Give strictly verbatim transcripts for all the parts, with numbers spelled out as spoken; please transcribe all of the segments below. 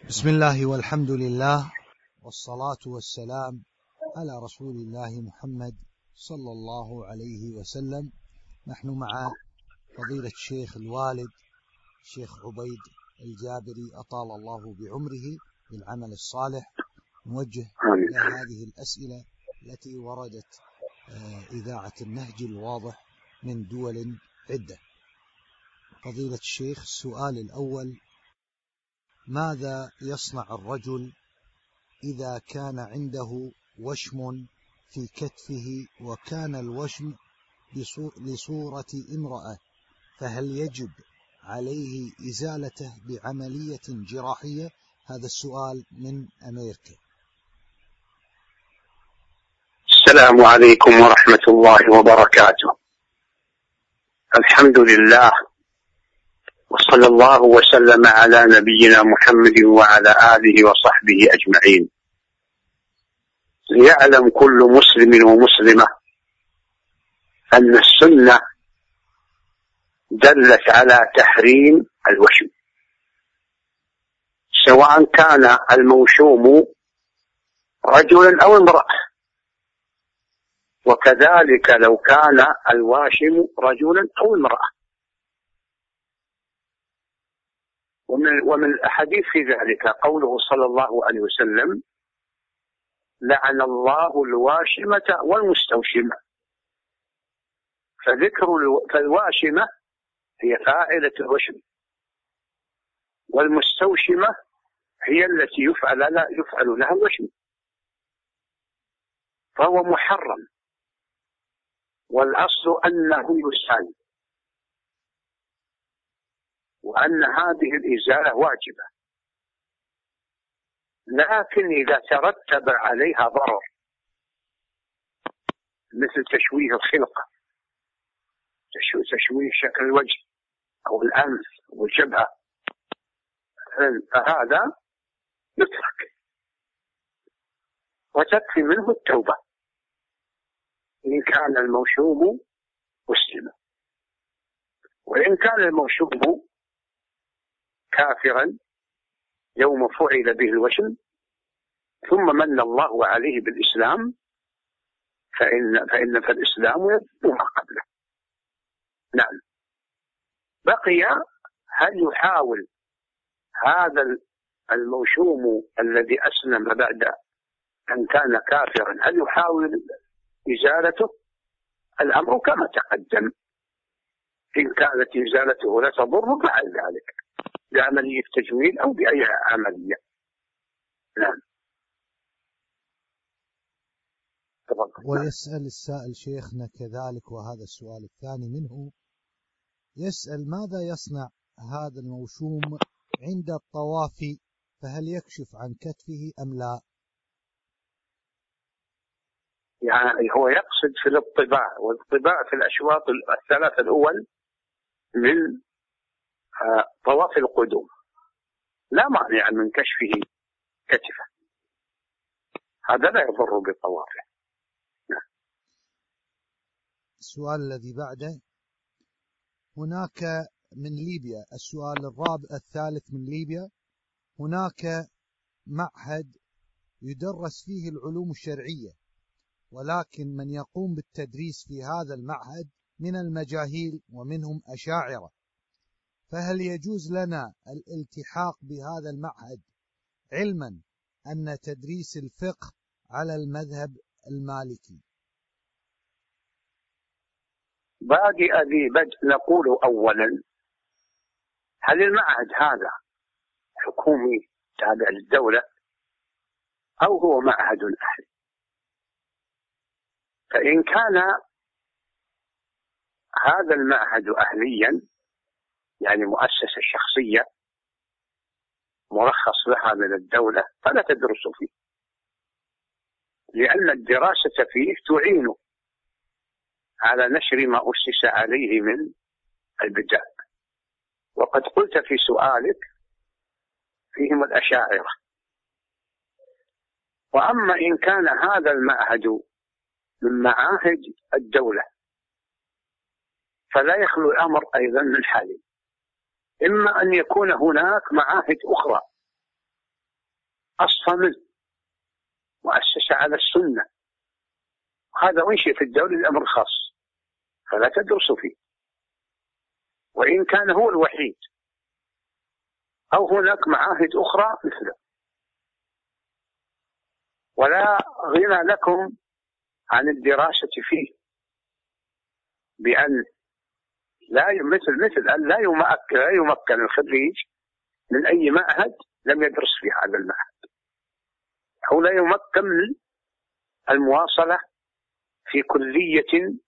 بسم الله والحمد لله والصلاة والسلام على رسول الله محمد صلى الله عليه وسلم. نحن مع فضيلة الشيخ الوالد الشيخ عبيد الجابري أطال الله بعمره بالعمل الصالح، نوجه إلى هذه الأسئلة التي وردت إذاعة النهج الواضح من دول عدة. فضيلة الشيخ، السؤال الأول: ماذا يصنع الرجل إذا كان عنده وشم في كتفه وكان الوشم لصورة امرأة، فهل يجب عليه إزالته بعملية جراحية؟ هذا السؤال من أمريكا. السلام عليكم ورحمة الله وبركاته. الحمد لله، وصلى الله وسلم على نبينا محمد وعلى آله وصحبه أجمعين. ليعلم كل مسلم ومسلمة أن السنة دلت على تحريم الوشم، سواء كان الموشوم رجلا أو امرأة، وكذلك لو كان الواشم رجلا أو امرأة. ومن, ومن الأحاديث في ذلك قوله صلى الله عليه وسلم: لعن الله الواشمة والمستوشمة. فذكر فالواشمة هي فاعلة الوشم، والمستوشمة هي التي يفعل لا يفعل لها الوشم، فهو محرم، والأصل أنه يسال، وأن هذه الإزالة واجبة. لكن إذا ترتب عليها ضرر مثل تشويه الخلقة، تشويه شكل الوجه أو الأنف أو الجبهة، فهذا يترك وتكفي منه التوبة إن كان الموشوم مسلما. وإن كان الموشوم كافرا يوم فعل به الوشم ثم من الله عليه بالإسلام، فإن, فإن فالإسلام يذكر ما قبله. نعم. بقي هل يحاول هذا الموشوم الذي أسلم بعد أن كان كافرا، هل يحاول إزالته؟ الأمر كما تقدم، إن كانت إزالته لا تضر فعل ذلك بعملية تجميل أو بأي عملية. نعم. ويسأل السائل شيخنا كذلك، وهذا السؤال الثاني منه، يسأل: ماذا يصنع هذا الموشوم عند الطواف، فهل يكشف عن كتفه أم لا؟ يعني هو يقصد في الاطباع، والاطباع في الأشواط الثلاثة الأول من طواف القدوم، لا مانع من كشفه كتفه، هذا لا يضر بطوافه. السؤال الذي بعده: هناك من ليبيا، السؤال الرابع الثالث من ليبيا، هناك معهد يدرس فيه العلوم الشرعية، ولكن من يقوم بالتدريس في هذا المعهد من المجاهيل ومنهم أشاعرة، فهل يجوز لنا الالتحاق بهذا المعهد، علما أن تدريس الفقه على المذهب المالكي؟ باقي ذي بدء نقول أولا: هل المعهد هذا حكومي تابع للدولة أو هو معهد أهلي؟ فإن كان هذا المعهد أهليا، يعني مؤسسة شخصية مرخص لها من الدولة، فلا تدرس فيه، لأن الدراسة فيه تعين على نشر ما أسس عليه من البدع. وقد قلت في سؤالك فيهم الأشاعرة. وأما إن كان هذا المعهد من معاهد الدولة، فلا يخلو الأمر أيضا من حالين: إما أن يكون هناك معاهد أخرى أصفى منه وأسس على السنة، هذا وإنشئ في الدولة الأمر خاص فلا تدرسوا فيه، وإن كان هو الوحيد أو هناك معاهد أخرى مثله. ولا غنى لكم عن الدراسة فيه، بأن لا مثل مثل أن لا يمكن لا يمكن الخريج من أي معهد لم يدرس في هذا المعهد، أو لا يمكن من المواصلة في كلية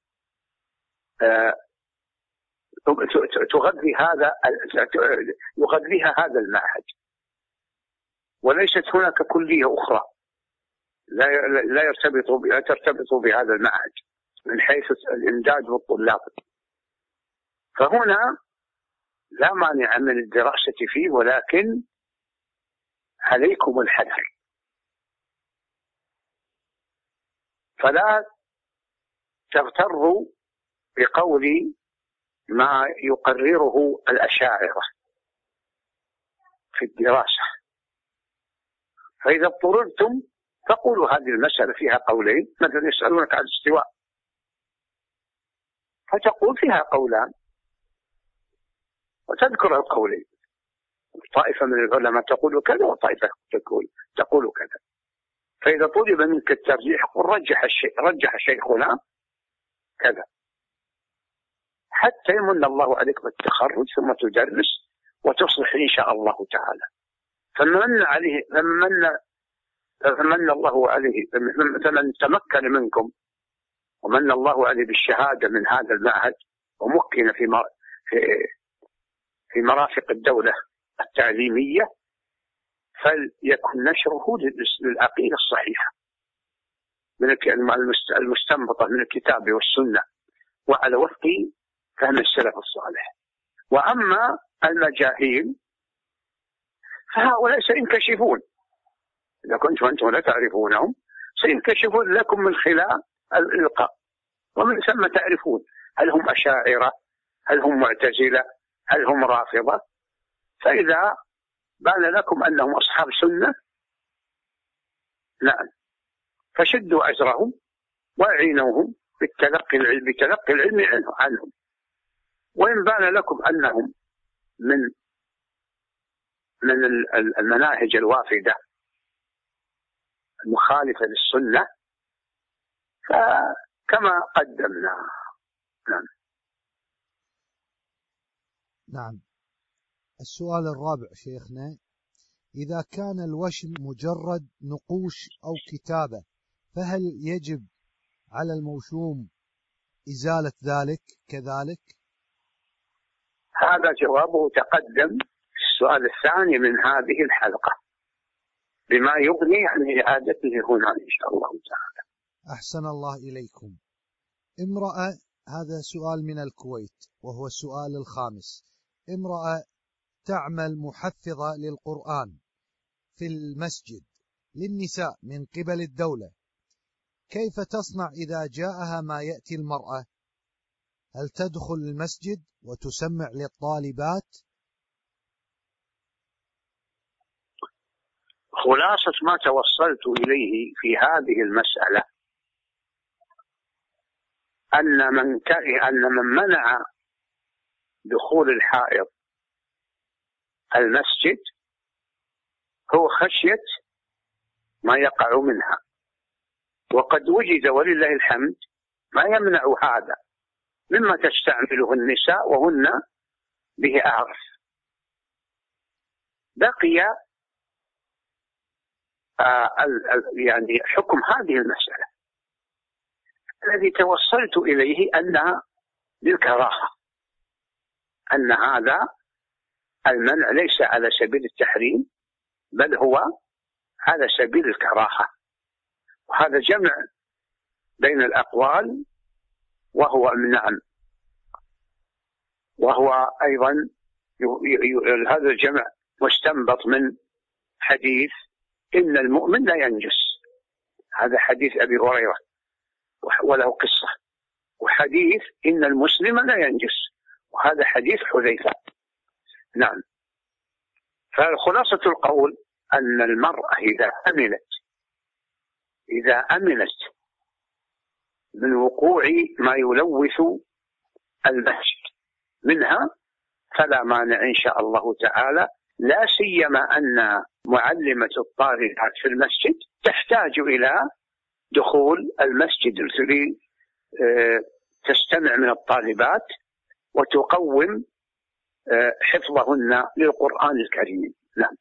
تغذي هذا يغذيها هذا المعهد، وليست هناك كلية أخرى لا لا يرتبط لا ترتبط بهذا المعهد من حيث الإمداد والطلاب. فهنا لا مانع من الدراسة فيه، ولكن عليكم الحذر، فلا تغتروا بقول ما يقرره الأشاعرة في الدراسة. فإذا اضطررتم فقولوا هذه المسألة فيها قولين، مثلا يسألونك عن الاستواء فتقول فيها قولان وتذكر القولين، طائفة من العلماء تقول كذا وطائفة تقول تقول كذا. فإذا طلب منك الترجيح قل رجح الشيء رجح شيخنا كذا، حتى يمن الله عليك بالتخرج ثم تدرس وتصلح إن شاء الله تعالى. فمن عليه فمن فمن الله عليه فمن تمكن منكم ومن الله عليه بالشهادة من هذا المعهد ومكن في في في مرافق الدولة التعليمية، فليكن نشره للعقيدة الصحيحة من المستنبطة من الكتاب والسنة وعلى وفق فهم السلف الصالح. وأما المجاهيل فهؤلاء سينكشفون، إذا كنتم أنتم لا تعرفونهم سينكشفون لكم من خلال الإلقاء، ومن ثم تعرفون هل هم أشاعرة، هل هم معتزلة، هل هم رافضة. فإذا بان لكم أنهم أصحاب سنة نعم فشدوا أجرهم وأعينوهم بالتلقي العلم بتلقي العلم عنهم. وإن بان لكم أنهم من من المناهج الوافدة المخالفة للسنة فكما قدمنا. نعم. نعم. السؤال الرابع شيخنا: إذا كان الوشم مجرد نقوش أو كتابة فهل يجب على الموشوم إزالة ذلك كذلك؟ هذا جوابه تقدم في السؤال الثاني من هذه الحلقة بما يغني عن إعادته هنا إن شاء الله تعالى. أحسن الله إليكم. امرأة، هذا سؤال من الكويت وهو السؤال الخامس: امرأة تعمل محفظة للقرآن في المسجد للنساء من قبل الدولة، كيف تصنع إذا جاءها ما يأتي المرأة؟ هل تدخل المسجد وتسمع للطالبات؟ خلاصة ما توصلت إليه في هذه المسألة أن من كره أن من منع دخول الحائض المسجد هو خشية ما يقع منها، وقد وجد ولله الحمد ما يمنع هذا مما تستعمله النساء وهن به أعرف. بقي آه يعني حكم هذه المسألة الذي توصلت إليه أنها للكراهة، أن هذا المنع ليس على سبيل التحريم بل هو على سبيل الكراهة، وهذا جمع بين الأقوال وهو نعم، وهو أيضا هذا الجمع مستنبط من حديث إن المؤمن لا ينجس، هذا حديث أبي هريرة وله قصة، وحديث إن المسلم لا ينجس وهذا حديث حذيفة. نعم. فخلاصة القول أن المرأة إذا أمنت إذا أمنت من وقوع ما يلوث المسجد منها فلا مانع إن شاء الله تعالى، لا سيما أن معلمة الطالبات في المسجد تحتاج إلى دخول المسجد لتريد تستمع من الطالبات وتقوم حفظهن للقرآن الكريم. نعم.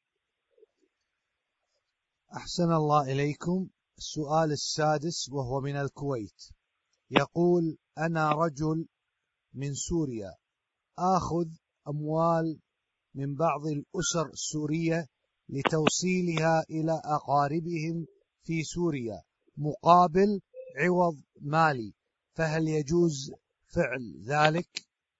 أحسن الله إليكم. السؤال السادس وهو من الكويت، يقول: أنا رجل من سوريا آخذ أموال من بعض الأسر السورية لتوصيلها إلى أقاربهم في سوريا مقابل عوض مالي، فهل يجوز فعل ذلك؟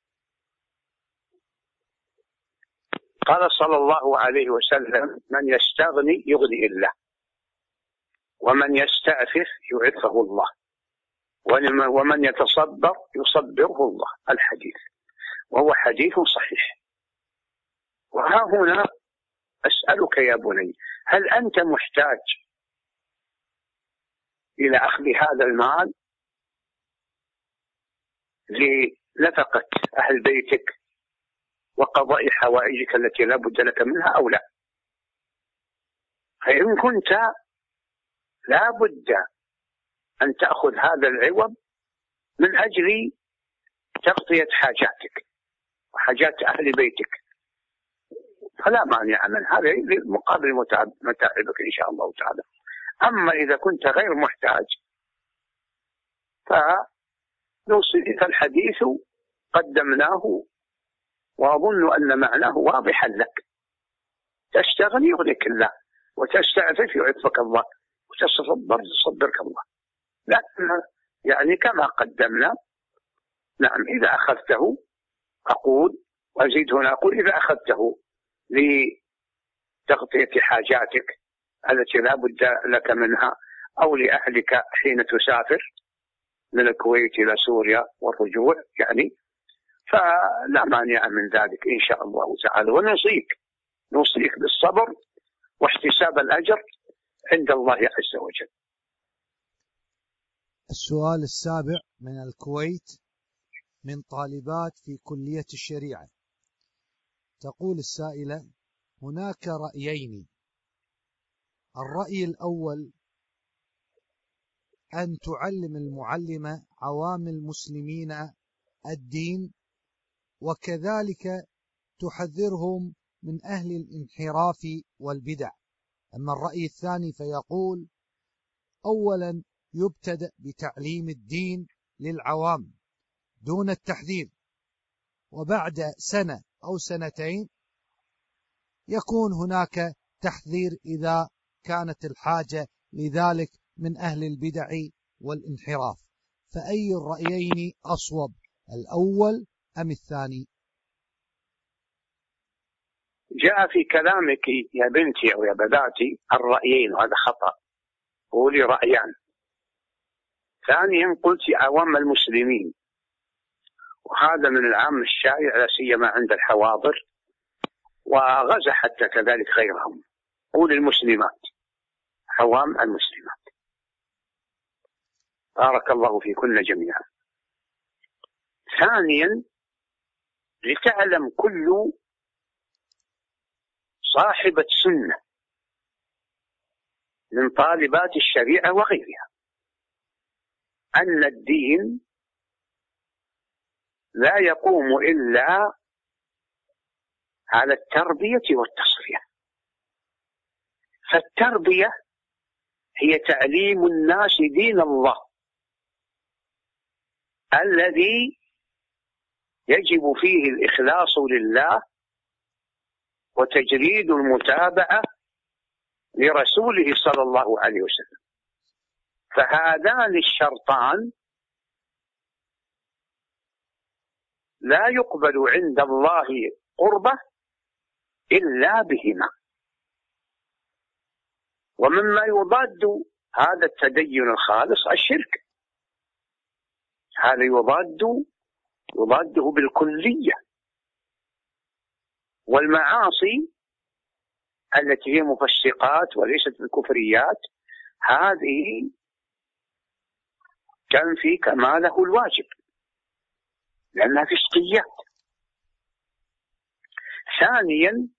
قال صلى الله عليه وسلم: من يستغني يغني الله، ومن يستعفف يعفه الله، ومن يتصبر يصبره الله. الحديث، وهو حديث صحيح. وها هنا أسألك يا بني، هل أنت محتاج إلى أخذ هذا المال لنفقة أهل بيتك وقضاء حوائجك التي لا بد لك منها أو لا؟ فإن كنت لا بد أن تأخذ هذا العوض من أجل تغطية حاجاتك وحاجات أهل بيتك فلا مانع من هذا مقابل متاعبك إن شاء الله تعالى. أما إذا كنت غير محتاج فنوصي الحديث قدمناه، وأظن أن معناه واضحا لك. تستغني يغنيك الله، وتستعفف يعفك الله، وتصبر يصبرك الله. لكن يعني كما قدمنا. نعم. إذا أخذته أقول وأزيد هنا أقول إذا أخذته لتغطية حاجاتك التي لا بد لك منها أو لأهلك حين تسافر من الكويت إلى سوريا والرجوع يعني، فلا مانع من ذلك إن شاء الله تعالى. ونوصيك نوصيك بالصبر واحتساب الأجر عند الله عز وجل. السؤال السابع من الكويت من طالبات في كلية الشريعة. تقول السائلة: هناك رأيين. الرأي الأول أن تعلم المعلمة عوام المسلمين الدين، وكذلك تحذرهم من أهل الانحراف والبدع. أما الرأي الثاني فيقول: أولا يبتدأ بتعليم الدين للعوام دون التحذير، وبعد سنة أو سنتين يكون هناك تحذير إذا كانت الحاجة لذلك من أهل البدع والانحراف. فأي الرأيين أصوب، الأول أم الثاني؟ جاء في كلامك يا بنتي أو يا بناتي الرأيين، وهذا خطأ. قولي رأيان. ثانيا قلت عوام المسلمين، وهذا من العام الشائع لا سيما عند الحواضر وغزا حتى كذلك غيرهم. قول المسلمات، عوام المسلمات. بارك الله فيكن جميعا. ثانيا لتعلم كل صاحبة سنة من طالبات الشريعة وغيرها أن الدين لا يقوم إلا على التربية والتصفية. فالتربية هي تعليم الناس دين الله الذي يجب فيه الإخلاص لله وتجريد المتابعة لرسوله صلى الله عليه وسلم. فهذان الشرطان لا يقبل عند الله قربة إلا بهما. ومما يضاد هذا التدين الخالص الشرك، هذا يضاد يضاده بالكلية. والمعاصي التي هي مفسقات وليست بالكفريات، هذه تنفي كماله الواجب لأنها فسقيات. ثانيا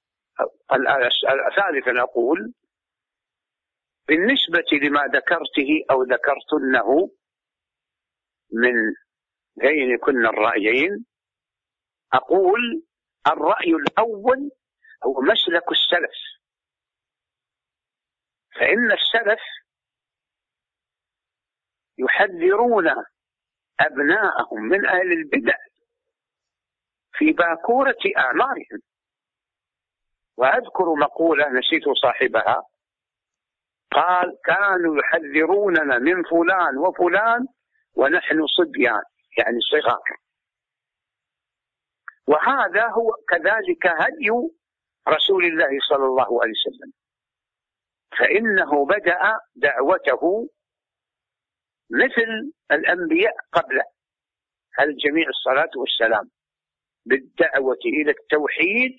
ثالثا أقول بالنسبة لما ذكرته أو ذكرتنه من بينكن الرأيين، أقول الرأي الأول هو مسلك السلف، فإن السلف يحذرون أبناءهم من أهل البدع في باكورة أعمارهم. وأذكر مقولة نسيت صاحبها قال: كانوا يحذروننا من فلان وفلان ونحن صبيان، يعني صغار. وهذا هو كذلك هدي رسول الله صلى الله عليه وسلم، فإنه بدأ دعوته مثل الأنبياء قبله على جميع الصلاة والسلام بالدعوة إلى التوحيد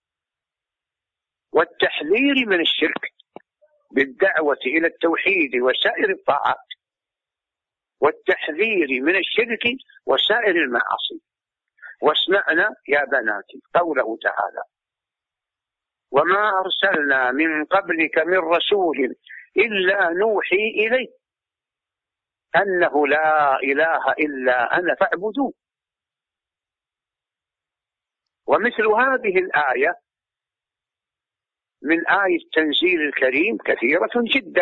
والتحذير من الشرك، بالدعوة إلى التوحيد وسائر الطاعات والتحذير من الشرك وسائر المعاصي. واسمعنا يا بناتي قوله تعالى: وما أرسلنا من قبلك من رسول إلا نوحي إليه أنه لا إله إلا أنا فاعبدوه. ومثل هذه الآية من آية التنزيل الكريم كثيرة جدا،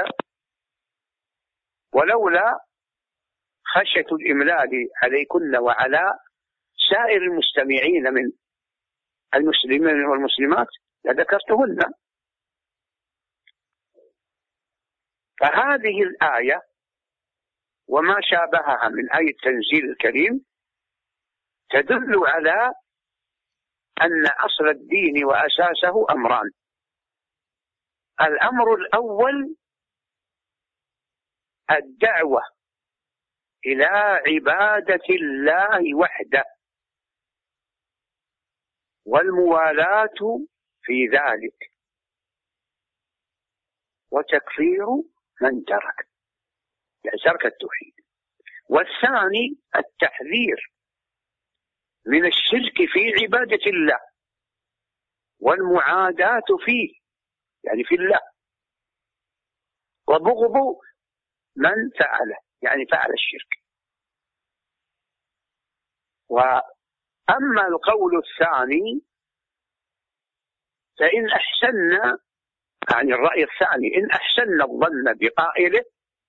ولولا خشية الإملال عليكن وعلى سائر المستمعين من المسلمين والمسلمات لذكرتهن. فهذه الآية وما شابهها من آية التنزيل الكريم تدل على أن أصل الدين وأساسه أمران. الأمر الأول الدعوة إلى عبادة الله وحده والموالاة في ذلك وتكفير من ترك يعني ترك التوحيد. والثاني التحذير من الشرك في عبادة الله والمعاداة فيه يعني في الله، وبغض من فعله يعني فعل الشرك. وأما القول الثاني فإن أحسننا يعني الرأي الثاني إن أحسننا الظن بقائله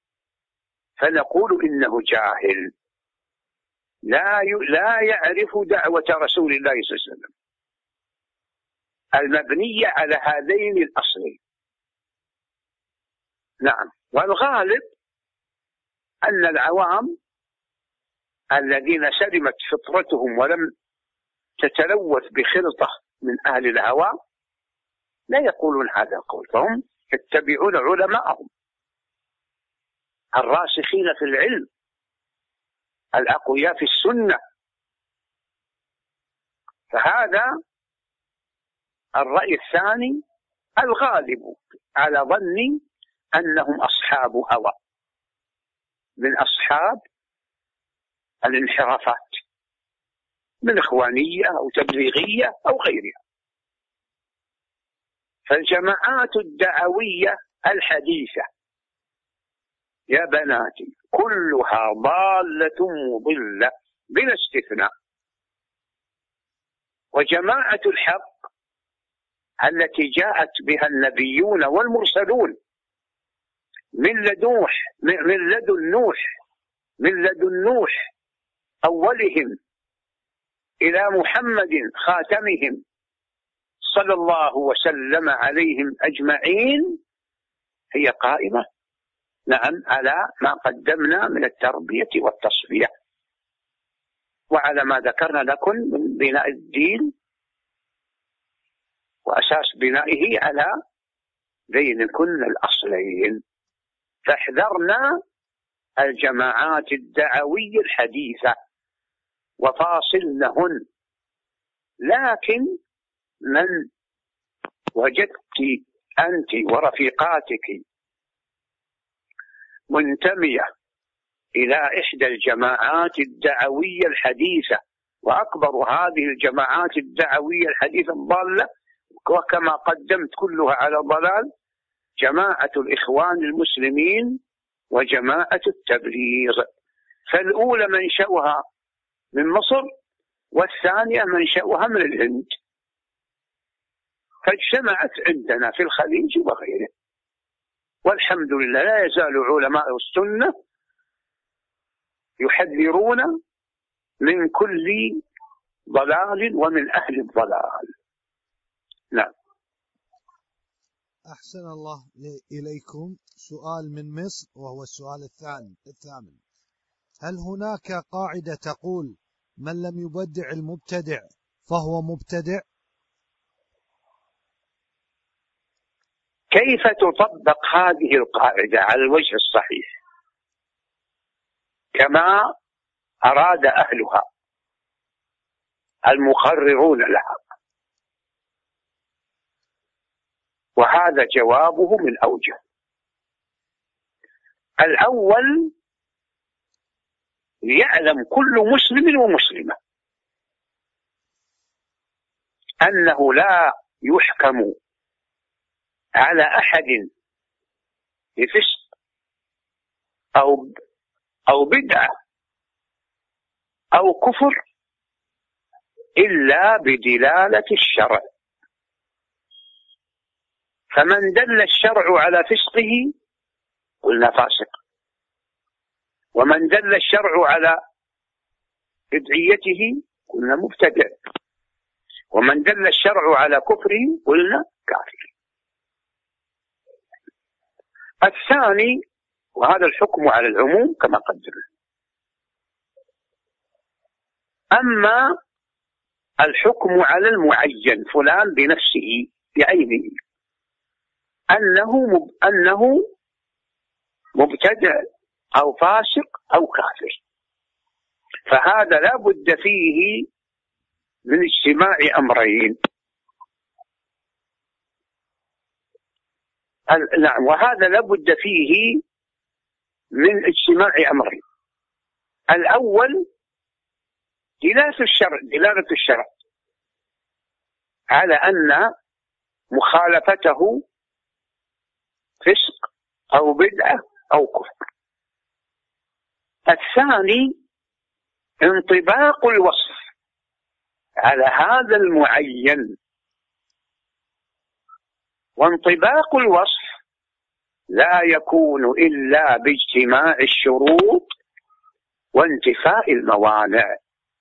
فنقول إنه جاهل لا لا يعرف دعوة رسول الله صلى الله عليه وسلم المبنية على هذين الأصلين. نعم. والغالب أن العوام الذين سلمت فطرتهم ولم تتلوث بخلطة من أهل الهوى لا يقولون هذا القول، فهم يتبعون علماءهم الراسخين في العلم الأقوياء في السنة. فهذا الرأي الثاني الغالب على ظني أنهم أصحاب هوى من أصحاب الانحرافات من إخوانية أو تبليغية أو غيرها. فالجماعات الدعوية الحديثة يا بناتي كلها ضالة مضلة بلا استثناء. وجماعة الحق التي جاءت بها النبيون والمرسلون من لدوح من لدن نوح من لدن نوح أولهم إلى محمد خاتمهم صلى الله وسلم عليهم أجمعين هي قائمة نعم على ما قدمنا من التربية والتصفية وعلى ما ذكرنا لكم من بناء الدين وأساس بنائه على بين كل الأصلين. فاحذرنا الجماعات الدعوية الحديثة وفاصلنهن. لكن من وجدت أنت ورفيقاتك منتمية إلى إحدى الجماعات الدعوية الحديثة، وأكبر هذه الجماعات الدعوية الحديثة الضالة وكما قدمت كلها على ضلال، جماعة الإخوان المسلمين وجماعة التبليغ. فالأولى منشأها من مصر والثانية منشأها من الهند، فاجتمعت عندنا في الخليج وغيره، والحمد لله لا يزال علماء السنة يحذرون من كل ضلال ومن أهل الضلال. نعم. أحسن الله إليكم. سؤال من مصر وهو السؤال الثاني الثامن: هل هناك قاعدة تقول من لم يبدع المبتدع فهو مبتدع؟ كيف تطبق هذه القاعدة على الوجه الصحيح كما أراد أهلها المقررون لها؟ وهذا جوابه من أوجه. الأول، ليعلم كل مسلم ومسلمة أنه لا يحكم على أحد بفسق أو أو بدعة أو كفر إلا بدلالة الشرع. فمن دل الشرع على فسقه قلنا فاسق، ومن دل الشرع على بدعيته قلنا مبتدع، ومن دل الشرع على كفره قلنا كافر. الثاني، وهذا الحكم على العموم كما قدرنا. أما الحكم على المعين، فلان بنفسه بعينه أنه مب... أنه مبتدع أو فاسق أو كافر، فهذا لا بد فيه من اجتماع أمرين. نعم، وهذا لا بد فيه من اجتماع أمرين. الأول دلالة الشرع دلالة الشرع على أن مخالفته فسق أو بدعة أو كفر. الثاني انطباق الوصف على هذا المعين، وانطباق الوصف لا يكون إلا باجتماع الشروط وانتفاء الموانع،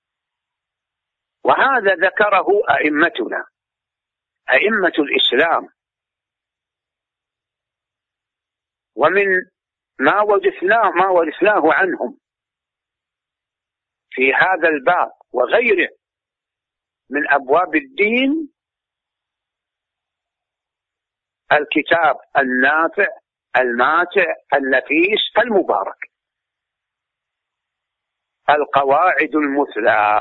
وهذا ذكره أئمتنا أئمة الإسلام، ومن ما ورثناه ما ورثناه عنهم في هذا الباب وغيره من أبواب الدين الكتاب النافع الماتع النفيس المبارك، القواعد المثلى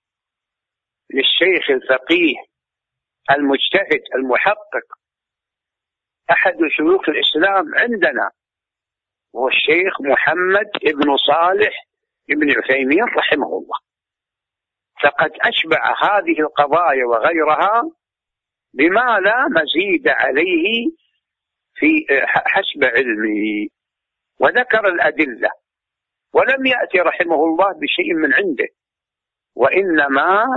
للشيخ الفقيه المجتهد المحقق أحد شيوخ الإسلام عندنا، هو الشيخ محمد بن صالح بن عثيمين رحمه الله. فقد أشبع هذه القضايا وغيرها بما لا مزيد عليه في حسب علمه، وذكر الأدلة، ولم يأتي رحمه الله بشيء من عنده، وإنما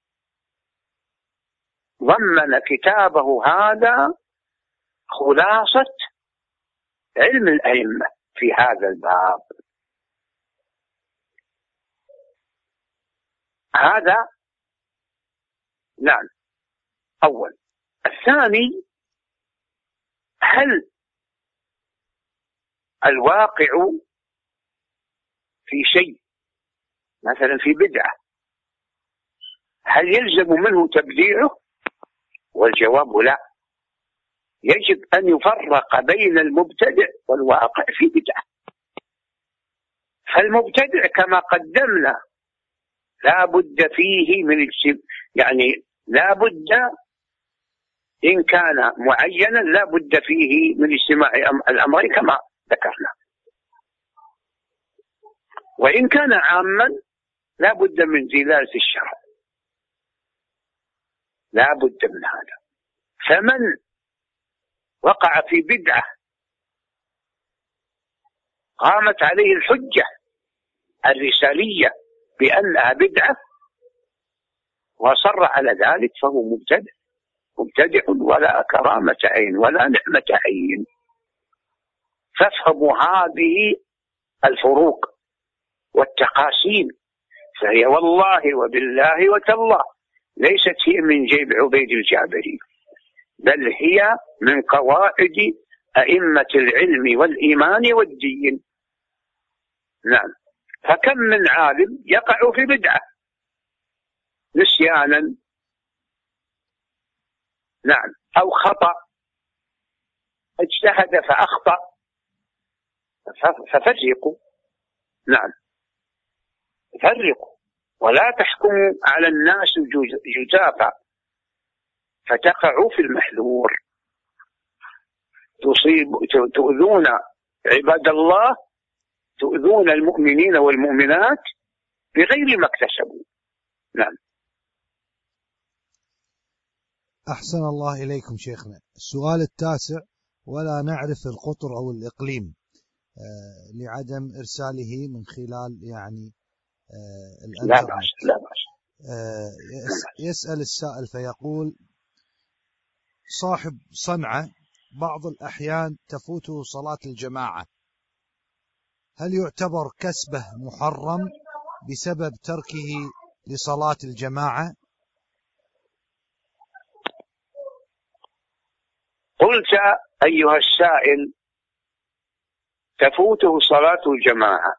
ضمن كتابه هذا خلاصة علم الأئمة في هذا الباب. هذا نعم أول. الثاني، هل الواقع في شيء مثلا في بدعة هل يلزم منه تبديعه؟ والجواب لا، يجب أن يفرق بين المبتدع والواقع في بدعة. فالمبتدع كما قدمنا لا بد فيه من يعني لا بد إن كان معينا لا بد فيه من اجتماع الأمرين كما ذكرنا، وإن كان عاما لا بد من دلالة الشرع، لا بد من هذا. فمن وقع في بدعة قامت عليه الحجة الرسالية بأنها بدعة وصر على ذلك فهو مبتدع مبتدع ولا كرامة عين ولا نعمة عين. فافهموا هذه الفروق والتقاسيم، فهي والله وبالله وتالله ليست هي من جيب عبيد الجابري، بل هي من قواعد أئمة العلم والإيمان والدين. نعم. فكم من عالم يقع في بدعة نسيانا، نعم، أو خطأ، اجتهد فأخطأ، ففرقوا، نعم، فرقوا ولا تحكموا على الناس جزافا فتقعوا في المحذور، تصيب تؤذون عباد الله، تؤذون المؤمنين والمؤمنات بغير ما اكتسبوا. نعم. أحسن الله إليكم شيخنا. السؤال التاسع: ولا نعرف القطر أو الإقليم آه لعدم إرساله من خلال يعني آه الإنترنت. لا بأس لا بأس. آه يسأل السائل فيقول: صاحب صنعة بعض الأحيان تفوته صلاة الجماعة، هل يعتبر كسبه محرم بسبب تركه لصلاة الجماعة؟ قلت أيها السائل تفوته صلاة الجماعة،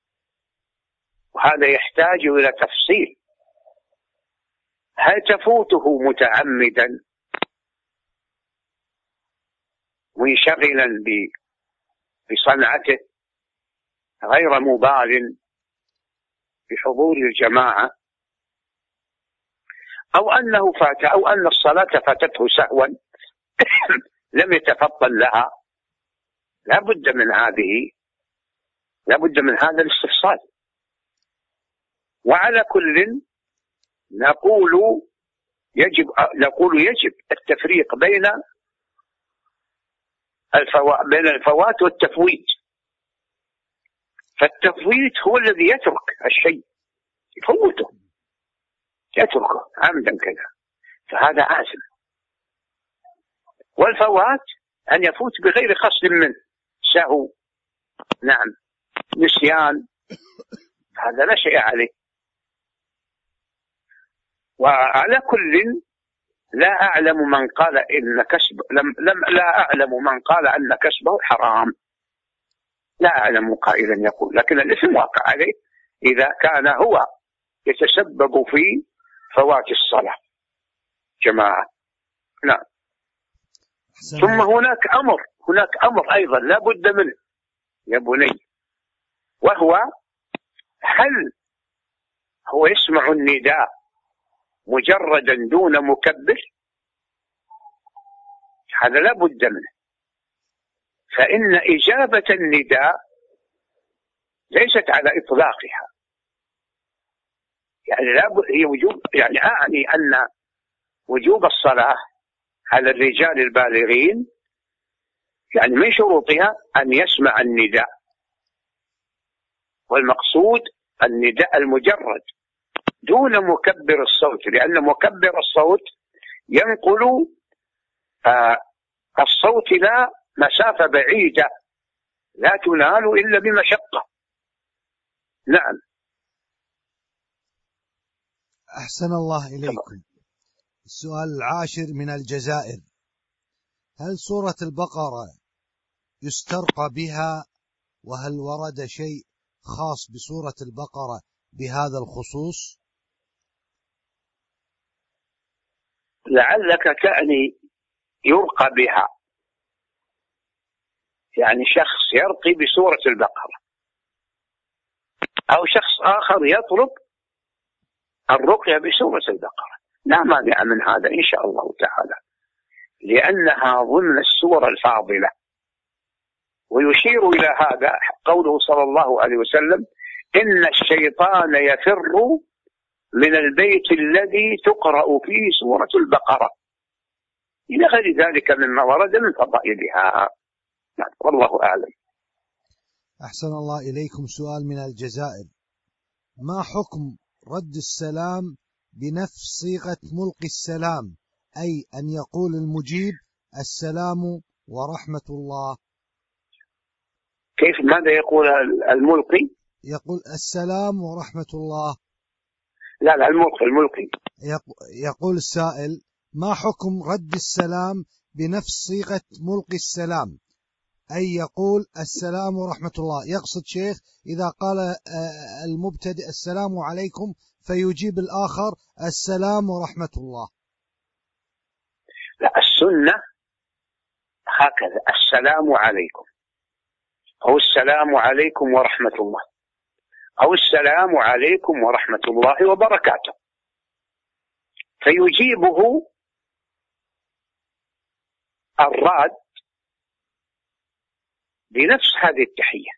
وهذا يحتاج إلى تفصيل. هل تفوته متعمدا منشغلا بصنعته غير مبال بحضور الجماعة، أو أنه فات أو أن الصلاة فاتته سهوا لم يتفضل لها؟ لا بد من هذه لا بد من هذا الاستفصال. وعلى كل نقول يجب نقول يجب التفريق بين الفوا... بين الفوات والتفويت. فالتفويت هو الذي يترك الشيء، يفوته، يتركه عمدا كذا، فهذا آثم. والفوات أن يفوت بغير قصد منه، سهو، نعم، نسيان، هذا لا شيء عليه. وعلى كل لا أعلم من قال إن كسب لم, لم لا أعلم من قال أن كسبه حرام، لا أعلم قائلا يقول، لكن الإثم واقع عليه إذا كان هو يتسبب في فوات الصلاة جماعة. نعم. ثم هناك أمر هناك أمر أيضا لا بد منه يا بني، وهو هل هو يسمع النداء مجردا دون مكبر؟ هذا لا بد منه. فإن إجابة النداء ليست على إطلاقها، يعني لا هي وجوب، يعني أعني أن وجوب الصلاة على الرجال البالغين يعني من شروطها أن يسمع النداء، والمقصود النداء المجرد دون مكبر الصوت، لأن مكبر الصوت ينقل آه الصوت إلى مسافة بعيدة لا تنال إلا بمشقة. نعم. أحسن الله إليكم. السؤال العاشر من الجزائر: هل سورة البقرة يسترقى بها؟ وهل ورد شيء خاص بسورة البقرة بهذا الخصوص؟ لعلك تعني يرقى بها، يعني شخص يرقي بسورة البقرة، أو شخص آخر يطلب الرقية بسورة البقرة، لا مانع من هذا إن شاء الله تعالى، لأنها ضمن السور الفاضلة. ويشير إلى هذا قوله صلى الله عليه وسلم: إن الشيطان يفر من البيت الذي تقرأ فيه سورة البقرة، إلى غير ذلك مما ورد من فضائلها. نعم، والله أعلم. أحسن الله إليكم. سؤال من الجزائر: ما حكم رد السلام بنفس صيغة ملقي السلام، أي أن يقول المجيب السلام ورحمة الله؟ كيف؟ ماذا يقول الملقي؟ يقول السلام ورحمة الله. لا لا، الملقي الملقي يقول السائل: ما حكم رد السلام بنفس صيغة ملقي السلام، أي يقول السلام ورحمة الله؟ يقصد شيخ إذا قال المبتدئ السلام عليكم فيجيب الآخر السلام ورحمة الله. لا، السنة هكذا: السلام عليكم، أو السلام عليكم ورحمة الله، أو السلام عليكم ورحمة الله وبركاته، فيجيبه الراد بنفس هذه التحية.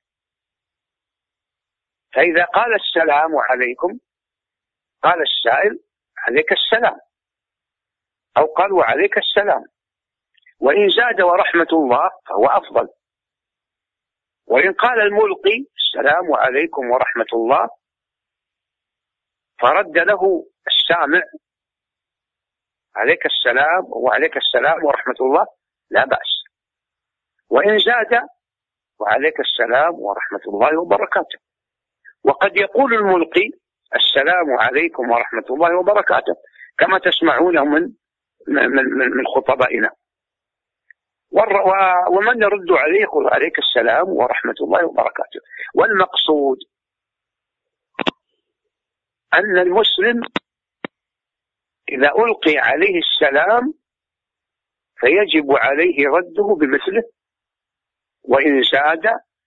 فإذا قال السلام عليكم قال السائل عليك السلام، أو قال وعليك السلام. وإن زاد ورحمة الله فهو أفضل. وإن قال الملقي السلام عليكم ورحمة الله فرد له السامع عليك السلام وعليك السلام ورحمة الله لا بأس. وإن زاد وعليك السلام ورحمة الله وبركاته. وقد يقول الملقي السلام عليكم ورحمة الله وبركاته كما تسمعونه من من من خطبائنا. ومن يرد عليه يقول عليك السلام ورحمة الله وبركاته. والمقصود أن المسلم إذا ألقي عليه السلام فيجب عليه رده بمثله، وإن زاد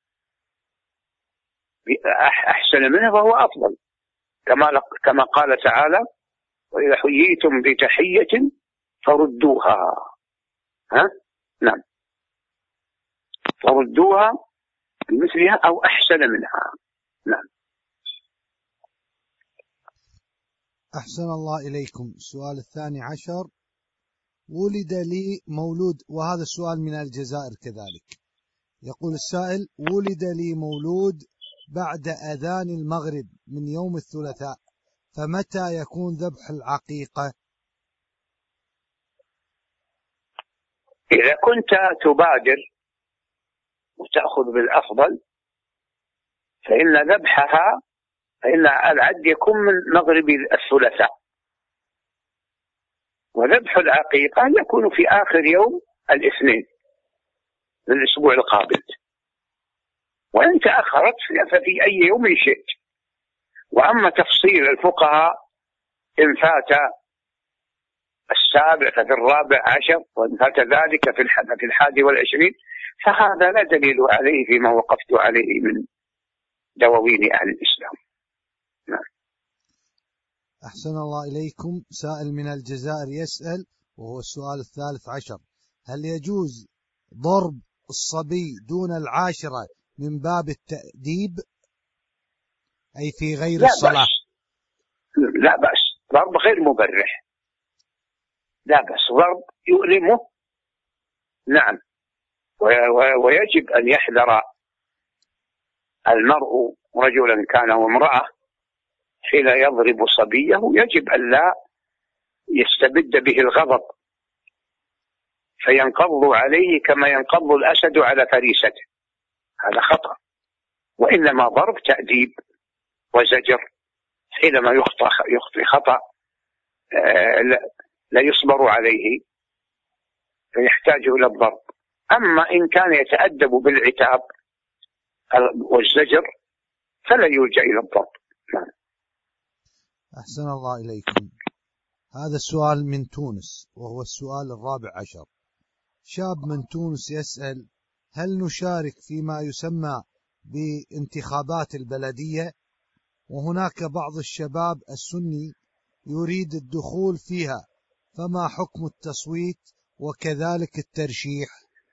أحسن منه فهو أفضل، كما كما قال تعالى: وإذا حييتم بتحية فردوها. ها؟ نعم، فردوها بمثلها أو أحسن منها. نعم. أحسن الله إليكم. السؤال الثاني عشر: ولد لي مولود، وهذا السؤال من الجزائر كذلك. يقول السائل: ولد لي مولود بعد أذان المغرب من يوم الثلاثاء، فمتى يكون ذبح العقيقة؟ إذا كنت تبادر وتأخذ بالأفضل فإن ذبحها فإن العد يكون من مغرب الثلاثاء، وذبح العقيقة يكون في آخر يوم الاثنين من الأسبوع القابل. وإن تأخرت ففي أي يوم شئت. وأما تفصيل الفقهاء إن فات السابع ففي الرابع عشر، وإن فات ذلك في الحادي والعشرين، فهذا لا دليل عليه فيما وقفت عليه من دواوين أهل الإسلام. نعم. أحسن الله إليكم. سائل من الجزائر يسأل، وهو السؤال الثالث عشر: هل يجوز ضرب الصبي دون العاشرة من باب التأديب، أي في غير لا الصلاة؟ بأس. لا بأس، ضرب غير مبرح، لا بأس، ضرب يؤلمه. نعم. ويجب أن يحذر المرء رجلا كان وامرأة حين يضرب صبيه، يجب أن لا يستبد به الغضب فينقض عليه كما ينقض الأسد على فريسته، هذا خطأ. وإنما ضرب تأديب وزجر حينما يخطئ يخطئ خطأ لا يصبر عليه فيحتاج إلى الضرب. أما إن كان يتأدب بالعتاب والزجر فلا يلجأ إلى الضرب. نعم. أحسن الله إليكم. هذا السؤال من تونس، وهو السؤال الرابع عشر. شاب من تونس يسأل: هل نشارك فيما يسمى بانتخابات البلدية؟ وهناك بعض الشباب السني يريد الدخول فيها، فما حكم التصويت وكذلك الترشيح؟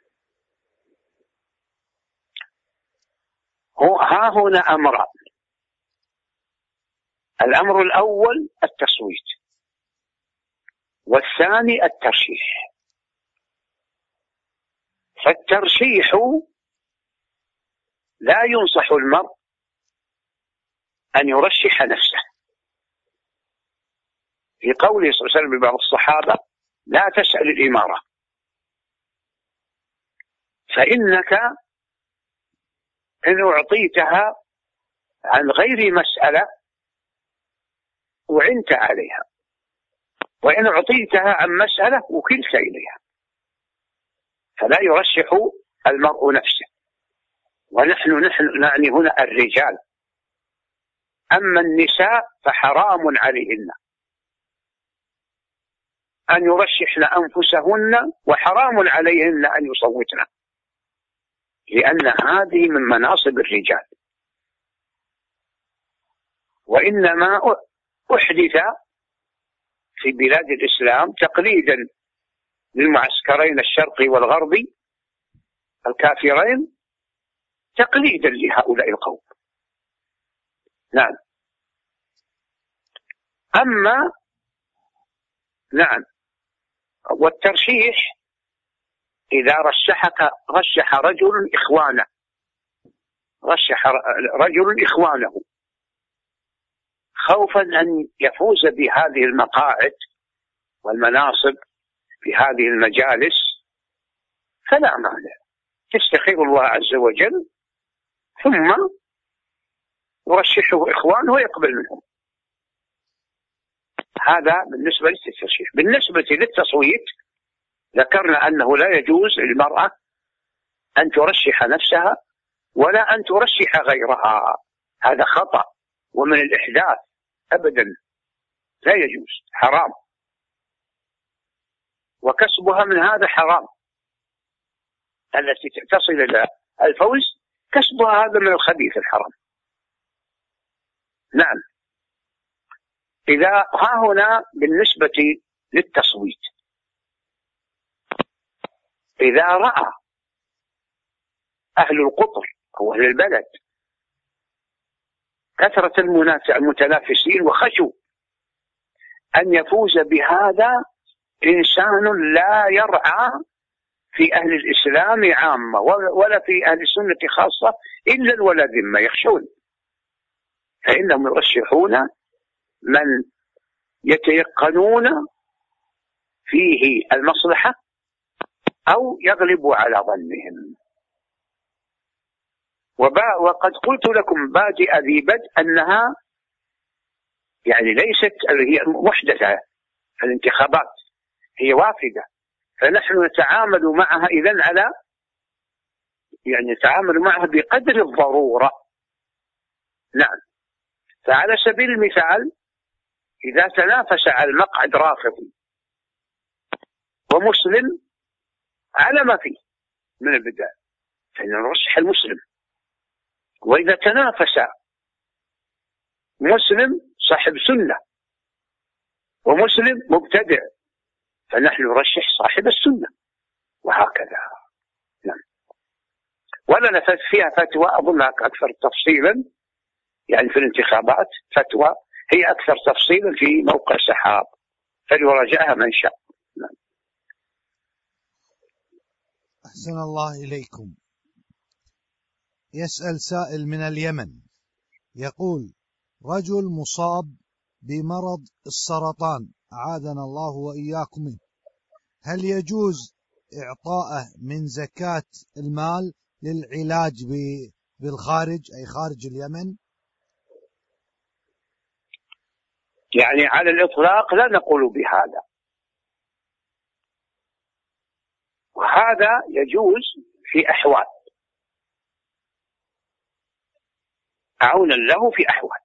هو ها هنا أمران. الأمر الأول التصويت، والثاني الترشيح. فالترشيح لا ينصح المرء أن يرشح نفسه، في قوله صلى الله عليه وسلم لبعض الصحابة: لا تسأل الإمارة، فإنك إن أعطيتها عن غير مسألة وعنت عليها، وإن أعطيتها عن مسألة وكلت إليها. فلا يرشح المرء نفسه. ونحن نحن نعني هنا الرجال، أما النساء فحرام عليهن أن يرشحن أنفسهن، وحرام عليهن أن يصوتن، لأن هذه من مناصب الرجال. وإنما أحدث في بلاد الإسلام تقليدا للمعسكرين الشرقي والغربي الكافرين، تقليدا لهؤلاء القوم. نعم. أما نعم والترشيح إذا رشحك رشح رجل إخوانه رشح رجل إخوانه خوفا أن يفوز بهذه المقاعد والمناصب في هذه المجالس، فلا مانع، تستخير الله عز وجل ثم يرشحه إخوانه ويقبل منهم. هذا بالنسبة للترشيح. بالنسبة للتصويت ذكرنا أنه لا يجوز للمرأة أن ترشح نفسها ولا أن ترشح غيرها، هذا خطأ ومن الإحداث أبدا، لا يجوز، حرام، وكسبها من هذا حرام. التي تصل إلى الفوز كسبها هذا من الخبيث الحرام. نعم. إذا ها هنا بالنسبة للتصويت، إذا رأى أهل القطر أو أهل البلد كثرة المتنافسين وخشوا أن يفوز بهذا إنسان لا يرعى في أهل الإسلام عامة ولا في أهل السنة خاصة إلا ولا ذمة، يخشون، فإنهم يرشحون من يتيقنون فيه المصلحة أو يغلب على ظنهم. وقد قلت لكم بادئ ذي بدء أنها يعني ليست هي محدثة، الانتخابات هي وافدة، فنحن نتعامل معها إذن على يعني نتعامل معها بقدر الضرورة. نعم. فعلى سبيل المثال إذا تنافس على المقعد رافضي ومسلم على ما فيه من البداية فنرشح المسلم، وإذا تنافس مسلم صاحب سنة ومسلم مبتدع فنحن نرشح صاحب السنة، وهكذا. نعم. ولنا فيها فتوى أظنها أكثر تفصيلا، يعني في الانتخابات فتوى هي أكثر تفصيلا في موقع سحاب، فليراجعها من شاء. نعم. أحسن الله إليكم. يسأل سائل من اليمن يقول: رجل مصاب بمرض السرطان أعاذنا الله وإياكم منه، هل يجوز إعطاءه من زكاة المال للعلاج بالخارج أي خارج اليمن؟ يعني على الإطلاق لا نقول بهذا، وهذا يجوز في أحوال، عونا له في أحوال.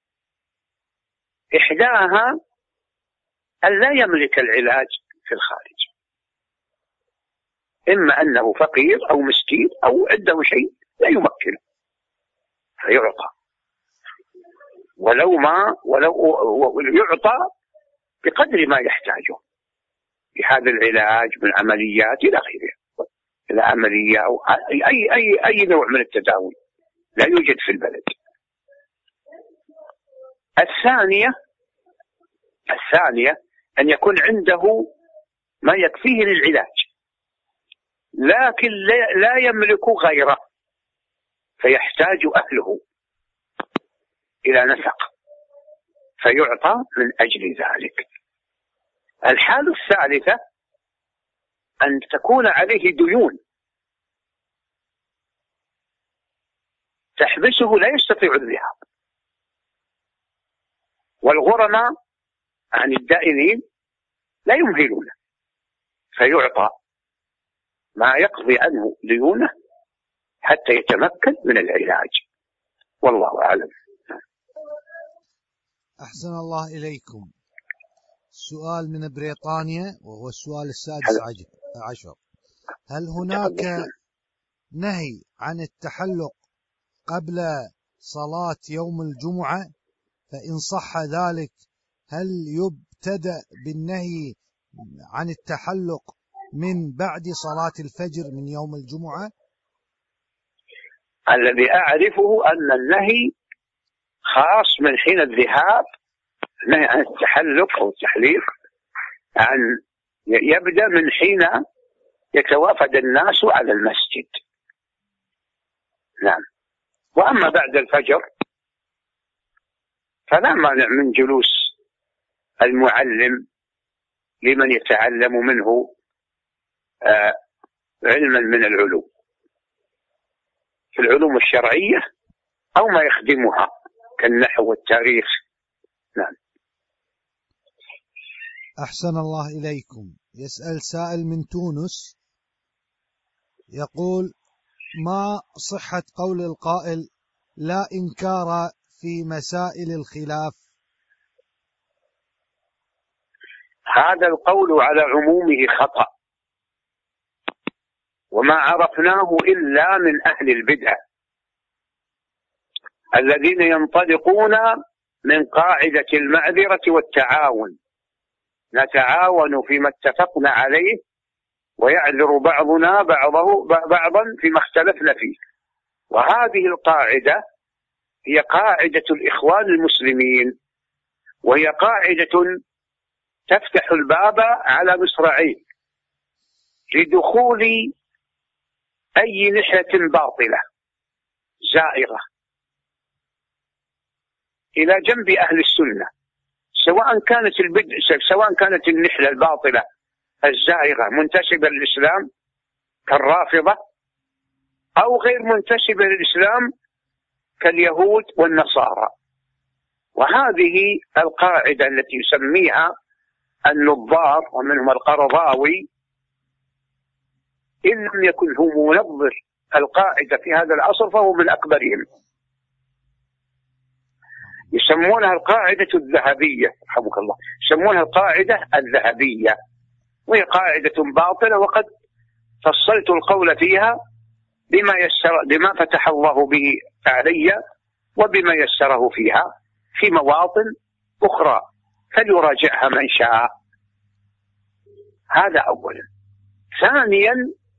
إحداها أن لا يملك العلاج في الخارج، إما أنه فقير أو مسكين أو عنده شيء لا يمكنه فيعطى، ولو ما ولو يعطى بقدر ما يحتاجه، بهذا العلاج من عمليات إلى غيرها، إلى عملية أو أي أي أي نوع من التداوي لا يوجد في البلد. الثانية الثانية أن يكون عنده ما يكفيه للعلاج، لكن لا يملك غيره فيحتاج أهله إلى نفق فيعطى من أجل ذلك. الحالة الثالثة أن تكون عليه ديون تحبسه لا يستطيع الذهاب، والغرماء عن الدائنين لا يمهلونه فيعطى ما يقضي عنه ديونه حتى يتمكن من العلاج، والله أعلم. أحسن الله إليكم. سؤال من بريطانيا وهو السؤال السادس عشر: هل هناك نهي عن التحلق قبل صلاة يوم الجمعة؟ فإن صح ذلك هل يبتدأ بالنهي عن التحلق من بعد صلاة الفجر من يوم الجمعة؟ الذي أعرفه أن النهي خاص من حين الذهاب، النهي عن التحلق أو التحليق عن يبدأ من حين يتوافد الناس على المسجد. نعم. وأما بعد الفجر فلا مانع من جلوس المعلم لمن يتعلم منه آه علما من العلوم في العلوم الشرعية أو ما يخدمها كالنحو والتاريخ. نعم. أحسن الله إليكم. يسأل سائل من تونس يقول: ما صحة قول القائل لا إنكار في مسائل الخلاف؟ هذا القول على عمومه خطأ، وما عرفناه إلا من أهل البدع الذين ينطلقون من قاعدة المعذرة والتعاون، نتعاون فيما اتفقنا عليه ويعذر بعضنا بعضه بعضا فيما اختلفنا فيه. وهذه القاعدة هي قاعدة الإخوان المسلمين، وهي قاعدة تفتح الباب على مصراعيه لدخول أي نحلة باطلة زائغة إلى جنب أهل السنة، سواء كانت البدع سواء كانت النحلة الباطلة الزائغة منتسبة للإسلام كالرافضة أو غير منتسبة للإسلام كاليهود والنصارى. وهذه القاعدة التي يسميها النظار ومنهم القرضاوي، إن لم يكن هو منظر القاعدة في هذا العصر فهو من أكبرهم. يسمونها القاعدة الذهبية رحمك الله، يسمونها القاعدة الذهبية، وهي قاعدة باطلة، وقد فصلت القول فيها بما يسر بما فتح الله به علي وبما يسره فيها في مواطن أخرى، فليراجعها من شاء. هذا أولا. ثانيا،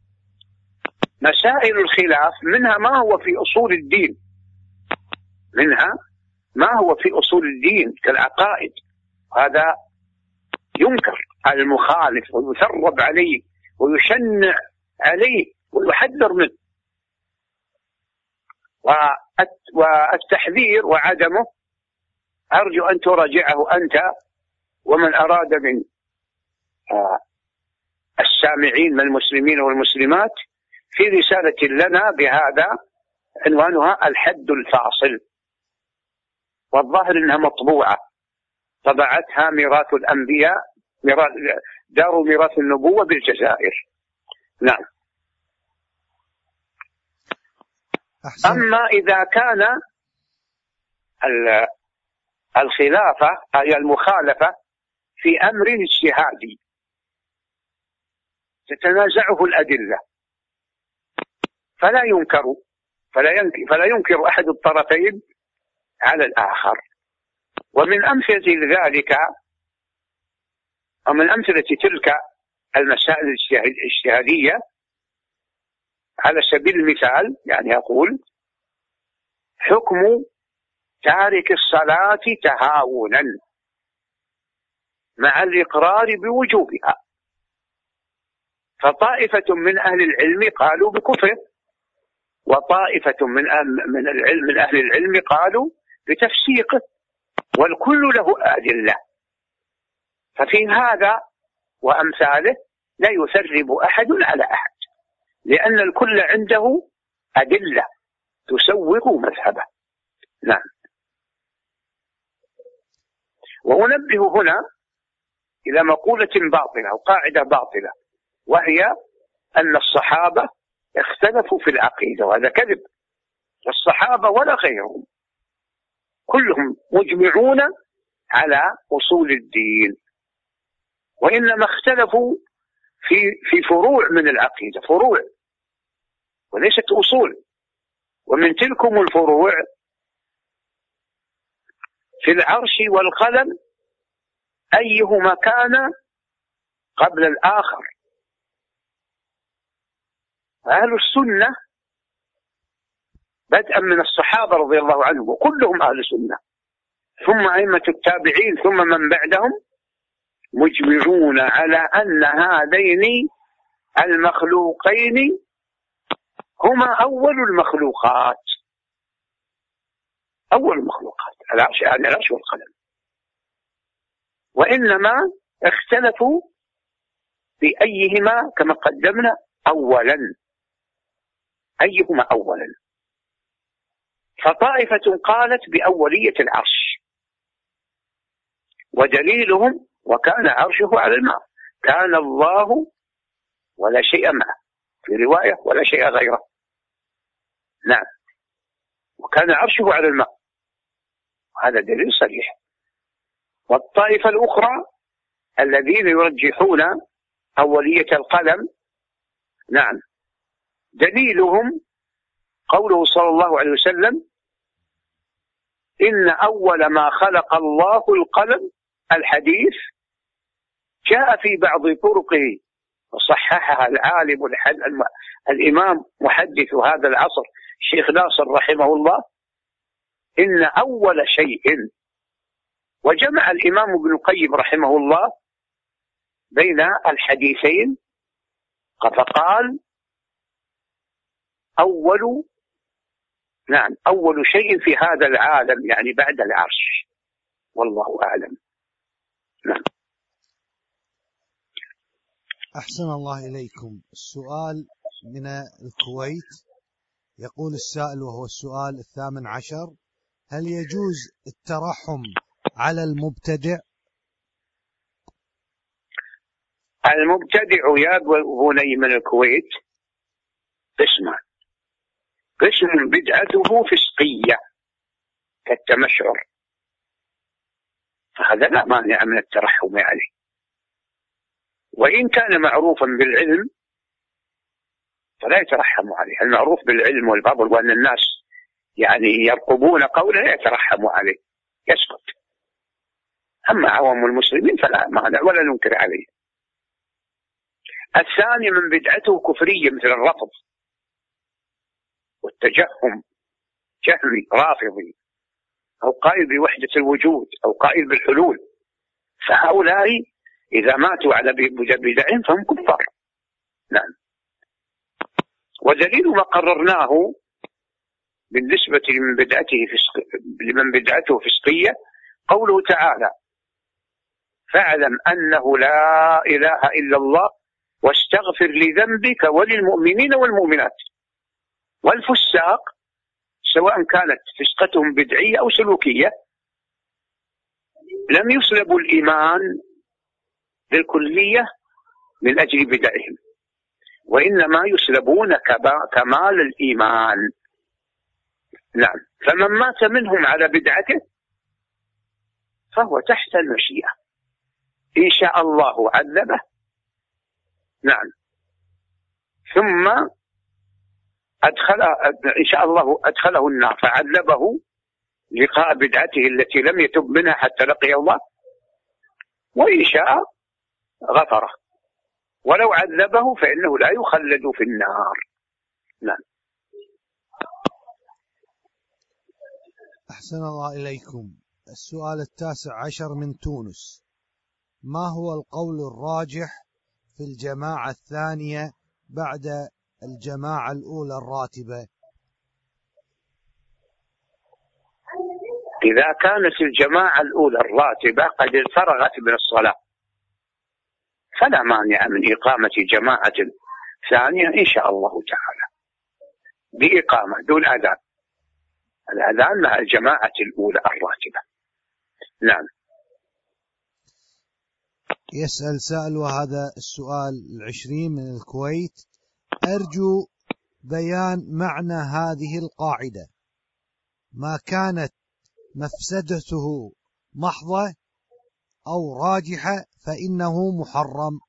مسائل الخلاف منها ما هو في أصول الدين، منها ما هو في أصول الدين كالعقائد، هذا ينكر على المخالف ويثرب عليه ويشنع عليه ويحذر منه. والتحذير وعدمه أرجو أن تراجعه أنت ومن أراد من السامعين من المسلمين والمسلمات في رسالة لنا بهذا عنوانها الحد الفاصل، والظاهر أنها مطبوعة، طبعتها ميراث الأنبياء ميراث دار ميراث النبوة بالجزائر. نعم. أحسن. أما إذا كان الخلافة أي المخالفة في أمر اجتهادي تتنازعه الأدلة فلا ينكر فلا ينكر, فلا ينكر أحد الطرفين على الآخر. ومن أمثلة ذلك ومن أمثلة تلك المسائل الاجتهادية. على سبيل المثال يعني أقول حكم تارك الصلاة تهاونا مع الإقرار بوجوبها، فطائفة من أهل العلم قالوا بكفره، وطائفة من أهل من العلم من أهل العلم قالوا بتفسيقه، والكل له أدلة. ففي هذا وأمثاله لا يثرب أحد على أحد، لأن الكل عنده أدلة تسوق مذهبه. نعم. وأنبه هنا إلى مقولة باطلة أو قاعدة باطلة، وهي أن الصحابة اختلفوا في العقيدة، وهذا كذب. الصحابة ولا غيرهم كلهم مجمعون على أصول الدين، وإنما اختلفوا في في فروع من العقيدة، فروع وليست أصول. ومن تلكم الفروع في العرش والقلم أيهما كان قبل الآخر. أهل السنة بدءا من الصحابة رضي الله عنهم وكلهم أهل السنة، ثم أئمة التابعين، ثم من بعدهم، مجمعون على أن هذين المخلوقين هما أول المخلوقات، أول المخلوقات العرش، يعني العرش والقلم. وإنما اختلفوا بأيهما كما قدمنا أولا، أيهما أولا. فطائفة قالت بأولية العرش، ودليلهم وكان عرشه على الماء، كان الله ولا شيء معه، في رواية ولا شيء غيره. نعم، وكان عرشه على الماء، هذا دليل صريح. والطائفة الأخرى الذين يرجحون أولية القلم، نعم، دليلهم قوله صلى الله عليه وسلم: إن أول ما خلق الله القلم. الحديث جاء في بعض طرقه وصححها العالم الإمام محدث هذا العصر الشيخ ناصر رحمه الله، إن أول شيء. وجمع الإمام ابن القيم رحمه الله بين الحديثين فقال: أول، نعم، أول شيء في هذا العالم يعني بعد العرش، والله أعلم. نعم. أحسن الله إليكم. السؤال من الكويت، يقول السائل وهو السؤال الثامن عشر: هل يجوز الترحم على المبتدع؟ المبتدع يا بني من الكويت قسمان: قسم بدعته فسقية كالتمشعر، فهذا لا مانع من الترحم عليه، وإن كان معروفا بالعلم فلا يترحم عليه. المعروف بالعلم والفضل وأن الناس يعني يرقبون قوله لا يترحم عليه، يسكت. أما عوام المسلمين فلا مانع ولا ننكر عليه. الثاني من بدعته كفرية مثل الرفض والتجهم، جهمي رافضي، أو قائل بوحدة الوجود، أو قائل بالحلول، فهؤلاء إذا ماتوا على بدعهم فهم كفار. نعم. ودليل ما قررناه بالنسبة لمن بدعته فسق لمن بدعته فسقية قوله تعالى: فاعلم أنه لا إله إلا الله واستغفر لذنبك وللمؤمنين والمؤمنات. والفساق سواء كانت فسقتهم بدعية أو سلوكية لم يسلبوا الإيمان بالكلية من أجل بدعهم، وإنما يسلبون كمال الإيمان. نعم. فمن مات منهم على بدعته فهو تحت المشيئة، إن شاء الله عذبه، نعم، ثم أدخل إن شاء الله أدخله النار فعذبه لقاء بدعته التي لم يتب منها حتى لقي الله، وإن شاء غفره. ولو عذبه فإنه لا يخلد في النار. نعم. أحسن الله إليكم. السؤال التاسع عشر من تونس: ما هو القول الراجح في الجماعة الثانية بعد الجماعة الأولى الراتبة؟ إذا كانت الجماعة الأولى الراتبة قد فرغت من الصلاة فلا مانع من إقامة جماعة ثانية إن شاء الله تعالى بإقامة دون أذان، الأذان مع الجماعة الأولى الراتبة. نعم. يسأل سائل وهذا السؤال العشرين من الكويت: أرجو بيان معنى هذه القاعدة: ما كانت مفسدته محضة أو راجحة فإنه محرم.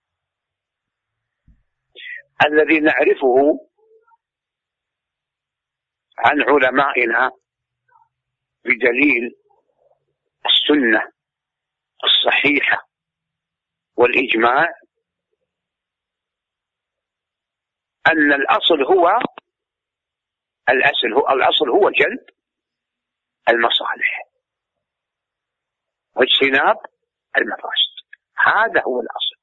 الذي نعرفه عن علمائنا بدليل السنة الصحيحة والإجماع أن الأصل هو الأصل هو الأصل هو جلب المصالح واجتناب المفاسد، هذا هو الأصل.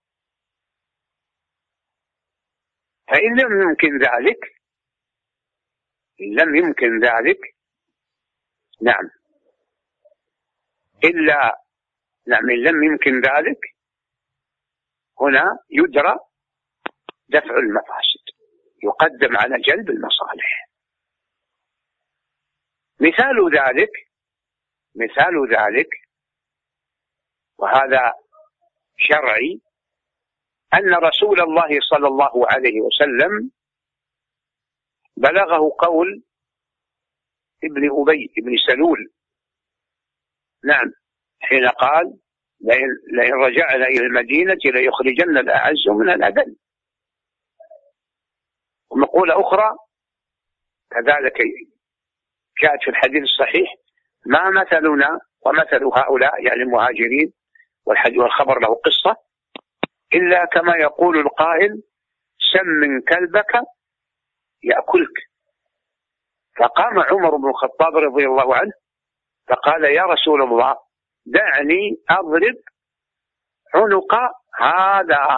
فإن لم يمكن ذلك إن لم يمكن ذلك نعم إلا نعم إن لم يمكن ذلك هنا يدرى دفع المفاسد، يقدم على جلب المصالح. مثال ذلك مثال ذلك وهذا شرعي، أن رسول الله صلى الله عليه وسلم بلغه قول ابن أبي ابن سلول نعم حين قال: لئن رجعنا إلى المدينة ليخرجن الأعز من الأذل. ومقولة أخرى كذلك جاءت في الحديث الصحيح: ما مثلنا ومثل هؤلاء يعني المهاجرين، والحديث والخبر له قصة، إلا كما يقول القائل: سمن كلبك يأكلك. فقام عمر بن الخطاب رضي الله عنه فقال: يا رسول الله دعني أضرب عنق هذا.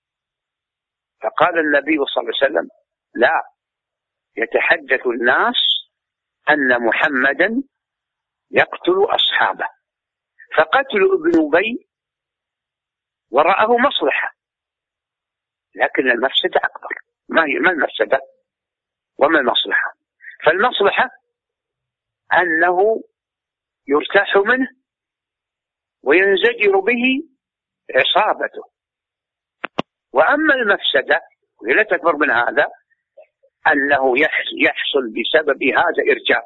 فقال النبي صلى الله عليه وسلم: لا، يتحدث الناس أن محمدا يقتل أصحابه. فقتل ابن أبي وراءه مصلحة، لكن المفسدة أكبر. ما هي ما المفسدة وما المصلحة؟ فالمصلحة أنه يرتاح منه وينزجر به عصابته، وأما المفسدة وهي لا تكبر من هذا أنه يحصل بسبب هذا إرجاف،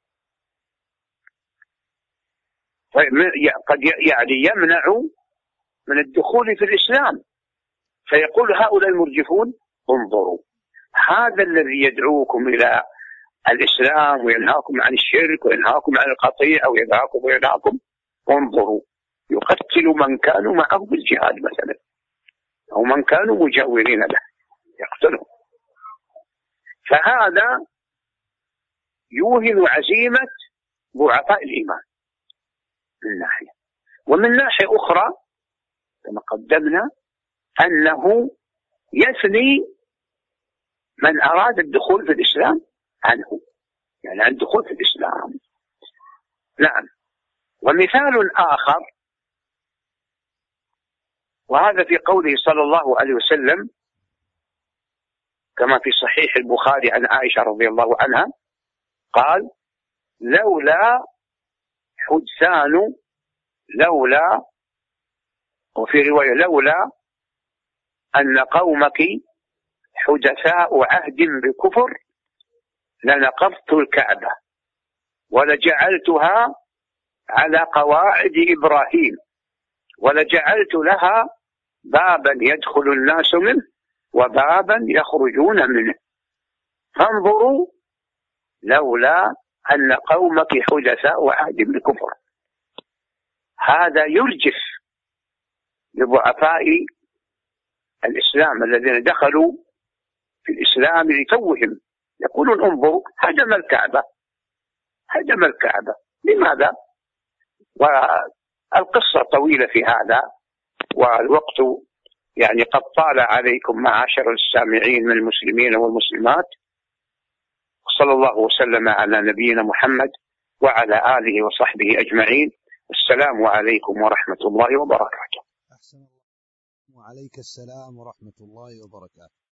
قد يعني يمنع من الدخول في الإسلام. فيقول هؤلاء المرجفون: انظروا، هذا الذي يدعوكم إلى الإسلام وينهاكم عن الشرك وينهاكم عن القطيع أو ينهاكم وينهاكم، انظروا، يقتل من كانوا معه بالجهاد مثلا أو من كانوا مجاورين له يقتلهم. فهذا يوهن عزيمة ضعفاء الإيمان من ناحية، ومن ناحية أخرى كما قدمنا أنه يثني من أراد الدخول في الإسلام عنه، يعني عن الدخول في الإسلام. نعم. ومثال آخر وهذا في قوله صلى الله عليه وسلم كما في صحيح البخاري عن عائشة رضي الله عنها قال: لولا حدثان لولا وفي رواية لولا أن قومك حدثاء عهد بكفر لنقضت الكعبة ولجعلتها على قواعد إبراهيم ولجعلت لها بابا يدخل الناس منه وبابا يخرجون منه، فانظروا لولا أن قومك حدثاء عهد بكفر. هذا يرجف لضعفاء الإسلام الذين دخلوا في الإسلام لتوهم، يقولون انظروا هدم الكعبة، هدم الكعبة، لماذا؟ والقصة طويلة في هذا، والوقت يعني قد طال عليكم معاشر السامعين من المسلمين والمسلمات. صلى الله وسلم على نبينا محمد وعلى آله وصحبه أجمعين. السلام عليكم ورحمة الله وبركاته. أحسن الله وعليك السلام ورحمة الله وبركاته.